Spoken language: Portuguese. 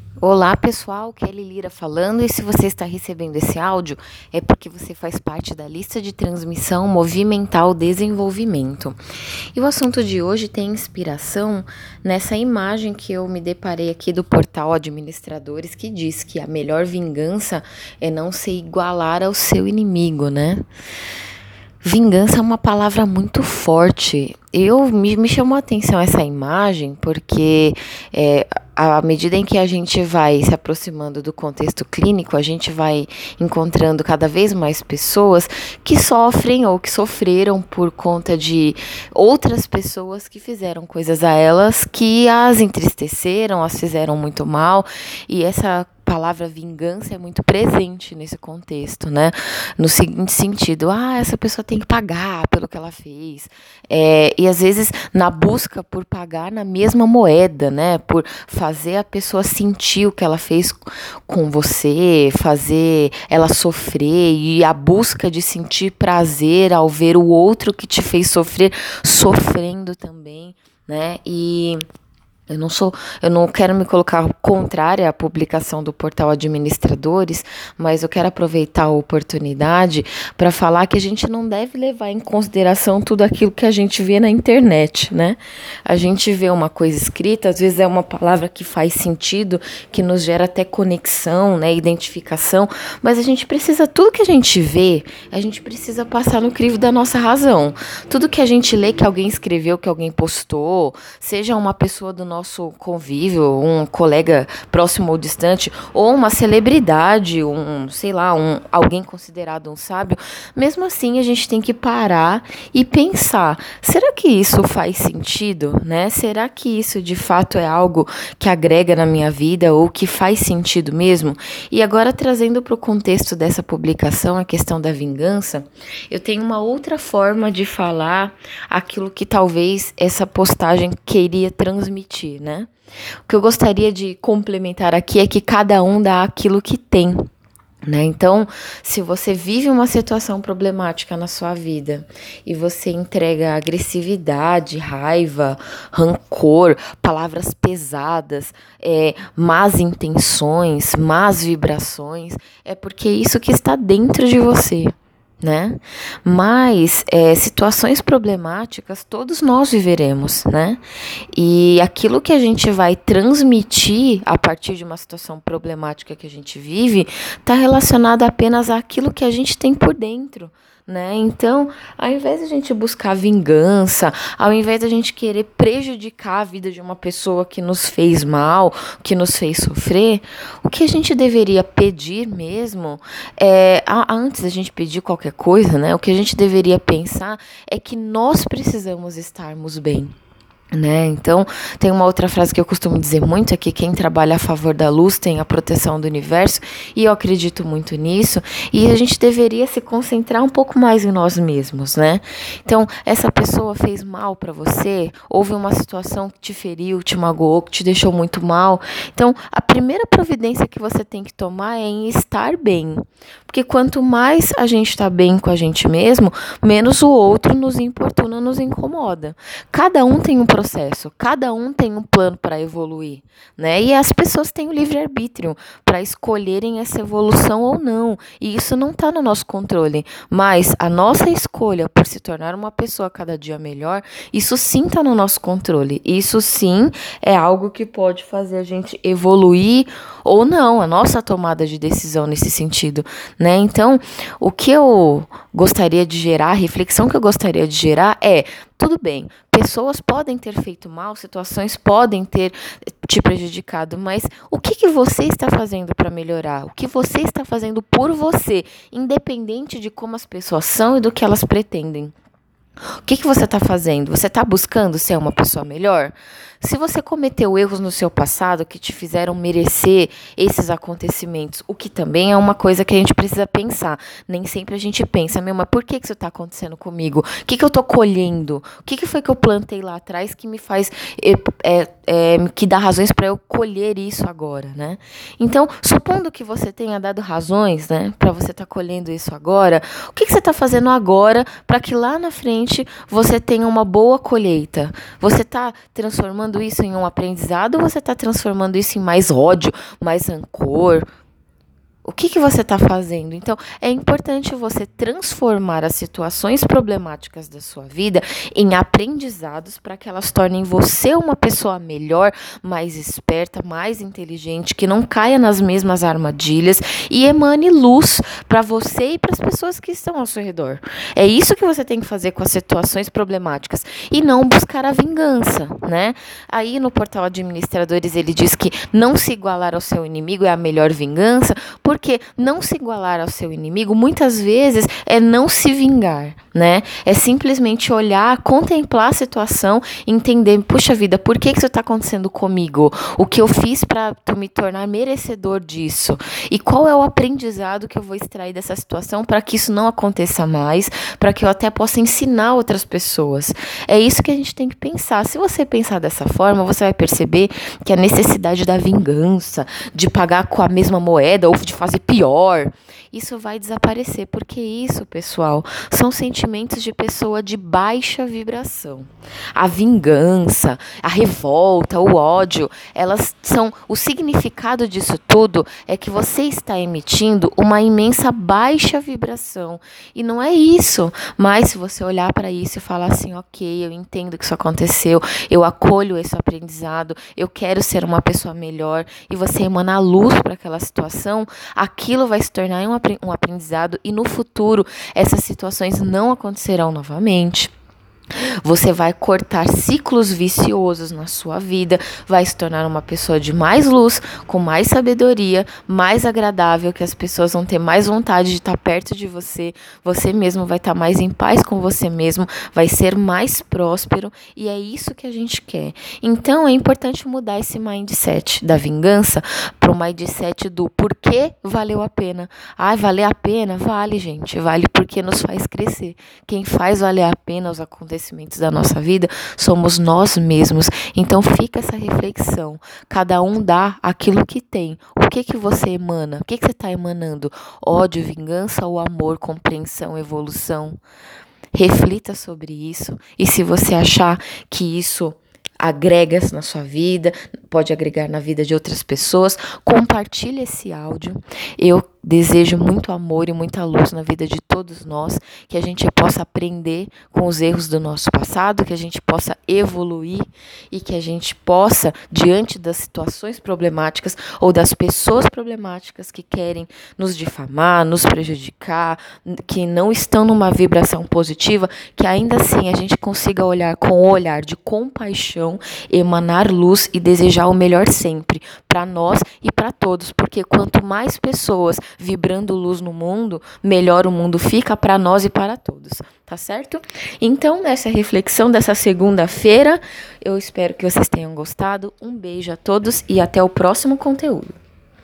Olá pessoal, Kelly Lira falando, e se você está recebendo esse áudio é porque você faz parte da lista de transmissão Movimental Desenvolvimento. E o assunto de hoje tem inspiração nessa imagem que eu me deparei aqui do portal Administradores, que diz que a melhor vingança é não se igualar ao seu inimigo, né? Vingança é uma palavra muito forte. Me chamou a atenção essa imagem porque à medida em que a gente vai se aproximando do contexto clínico, a gente vai encontrando cada vez mais pessoas que sofrem ou que sofreram por conta de outras pessoas que fizeram coisas a elas que as entristeceram, as fizeram muito mal, e essa palavra vingança é muito presente nesse contexto, né? No seguinte sentido, essa pessoa tem que pagar pelo que ela fez. E às vezes na busca por pagar na mesma moeda, né? Por fazer a pessoa sentir o que ela fez com você, fazer ela sofrer, e a busca de sentir prazer ao ver o outro que te fez sofrer, sofrendo também, né? Eu não quero me colocar contrária à publicação do portal Administradores, mas eu quero aproveitar a oportunidade para falar que a gente não deve levar em consideração tudo aquilo que a gente vê na internet, né? A gente vê uma coisa escrita, às vezes é uma palavra que faz sentido, que nos gera até conexão, né, identificação, mas a gente precisa, tudo que a gente vê, a gente precisa passar no crivo da nossa razão. Tudo que a gente lê que alguém escreveu, que alguém postou, seja uma pessoa do nosso convívio, um colega próximo ou distante, ou uma celebridade, alguém considerado um sábio, mesmo assim a gente tem que parar e pensar, será que isso faz sentido, né? Será que isso de fato é algo que agrega na minha vida ou que faz sentido mesmo? E agora trazendo para o contexto dessa publicação a questão da vingança, eu tenho uma outra forma de falar aquilo que talvez essa postagem queria transmitir, né? O que eu gostaria de complementar aqui é que cada um dá aquilo que tem, né? Então, se você vive uma situação problemática na sua vida e você entrega agressividade, raiva, rancor, palavras pesadas, más intenções, más vibrações, é porque é isso que está dentro de você, né? Mas situações problemáticas todos nós viveremos, né? E aquilo que a gente vai transmitir a partir de uma situação problemática que a gente vive está relacionado apenas àquilo que a gente tem por dentro, né? Então, ao invés de a gente buscar vingança, ao invés de a gente querer prejudicar a vida de uma pessoa que nos fez mal, que nos fez sofrer, o que a gente deveria pedir mesmo antes da gente pedir qualquer coisa, né? O que a gente deveria pensar é que nós precisamos estarmos bem, né? Então, tem uma outra frase que eu costumo dizer muito, é que quem trabalha a favor da luz tem a proteção do universo, e eu acredito muito nisso, e a gente deveria se concentrar um pouco mais em nós mesmos, né? Então, essa pessoa fez mal para você, houve uma situação que te feriu, te magoou, que te deixou muito mal. Então, a primeira providência que você tem que tomar é em estar bem, porque quanto mais a gente está bem com a gente mesmo, menos o outro nos importuna, nos incomoda. Cada um tem um processo, cada um tem um plano para evoluir, né? E as pessoas têm o livre-arbítrio para escolherem essa evolução ou não, e isso não está no nosso controle, mas a nossa escolha por se tornar uma pessoa cada dia melhor, isso sim está no nosso controle, isso sim é algo que pode fazer a gente evoluir ou não, a nossa tomada de decisão nesse sentido, né? Então, o que eu gostaria de gerar, a reflexão que eu gostaria de gerar é: tudo bem, pessoas podem ter feito mal, situações podem ter te prejudicado, mas o que você está fazendo para melhorar? O que você está fazendo por você, independente de como as pessoas são e do que elas pretendem? O que você está fazendo? Você está buscando ser uma pessoa melhor? Se você cometeu erros no seu passado que te fizeram merecer esses acontecimentos, o que também é uma coisa que a gente precisa pensar. Nem sempre a gente pensa, mas por que isso está acontecendo comigo? O que eu estou colhendo? O que foi que eu plantei lá atrás que me faz, que dá razões para eu colher isso agora, né? Então, supondo que você tenha dado razões, né, para você estar colhendo isso agora, o que você está fazendo agora para que lá na frente realmente você tenha uma boa colheita. Você está transformando isso em um aprendizado ou você está transformando isso em mais ódio, mais rancor? O que você está fazendo? Então, é importante você transformar as situações problemáticas da sua vida em aprendizados para que elas tornem você uma pessoa melhor, mais esperta, mais inteligente, que não caia nas mesmas armadilhas e emane luz para você e para as pessoas que estão ao seu redor. É isso que você tem que fazer com as situações problemáticas e não buscar a vingança, né? Aí no portal Administradores ele diz que não se igualar ao seu inimigo é a melhor vingança, porque não se igualar ao seu inimigo, muitas vezes, é não se vingar, né? É simplesmente olhar, contemplar a situação, entender, puxa vida, por que isso está acontecendo comigo? O que eu fiz para me tornar merecedor disso? E qual é o aprendizado que eu vou extrair dessa situação para que isso não aconteça mais, para que eu até possa ensinar outras pessoas? É isso que a gente tem que pensar. Se você pensar dessa forma, você vai perceber que a necessidade da vingança, de pagar com a mesma moeda ou de fazer pior, isso vai desaparecer, porque isso, pessoal, são sentimentos de pessoa de baixa vibração. A vingança, a revolta, o ódio, elas são, o significado disso tudo é que você está emitindo uma imensa baixa vibração, e não é isso. Mas se você olhar para isso e falar assim, ok, eu entendo que isso aconteceu, eu acolho esse aprendizado, eu quero ser uma pessoa melhor, e você emanar luz para aquela situação, aquilo vai se tornar um aprendizado e no futuro essas situações não acontecerão novamente. Você vai cortar ciclos viciosos na sua vida, vai se tornar uma pessoa de mais luz, com mais sabedoria, mais agradável, que as pessoas vão ter mais vontade de estar perto de você, você mesmo vai estar mais em paz com você mesmo, vai ser mais próspero e é isso que a gente quer. Então é importante mudar esse mindset da vingança para o mindset do porquê valeu a pena. Ah, valer a pena? Vale, gente, vale porque nos faz crescer. Quem faz valer a pena os acontecimentos da nossa vida somos nós mesmos. Então fica essa reflexão. Cada um dá aquilo que tem. O que você emana? O que você está emanando? Ódio, vingança ou amor, compreensão, evolução? Reflita sobre isso. E se você achar que isso agrega na sua vida, pode agregar na vida de outras pessoas, compartilhe esse áudio. Eu desejo muito amor e muita luz na vida de todos nós, que a gente possa aprender com os erros do nosso passado, que a gente possa evoluir e que a gente possa, diante das situações problemáticas ou das pessoas problemáticas que querem nos difamar, nos prejudicar, que não estão numa vibração positiva, que ainda assim a gente consiga olhar com o olhar de compaixão, emanar luz e desejar o melhor sempre para nós e para todos, porque quanto mais pessoas vibrando luz no mundo, melhor o mundo fica para nós e para todos, tá certo? Então, nessa reflexão dessa segunda-feira, eu espero que vocês tenham gostado. Um beijo a todos e até o próximo conteúdo.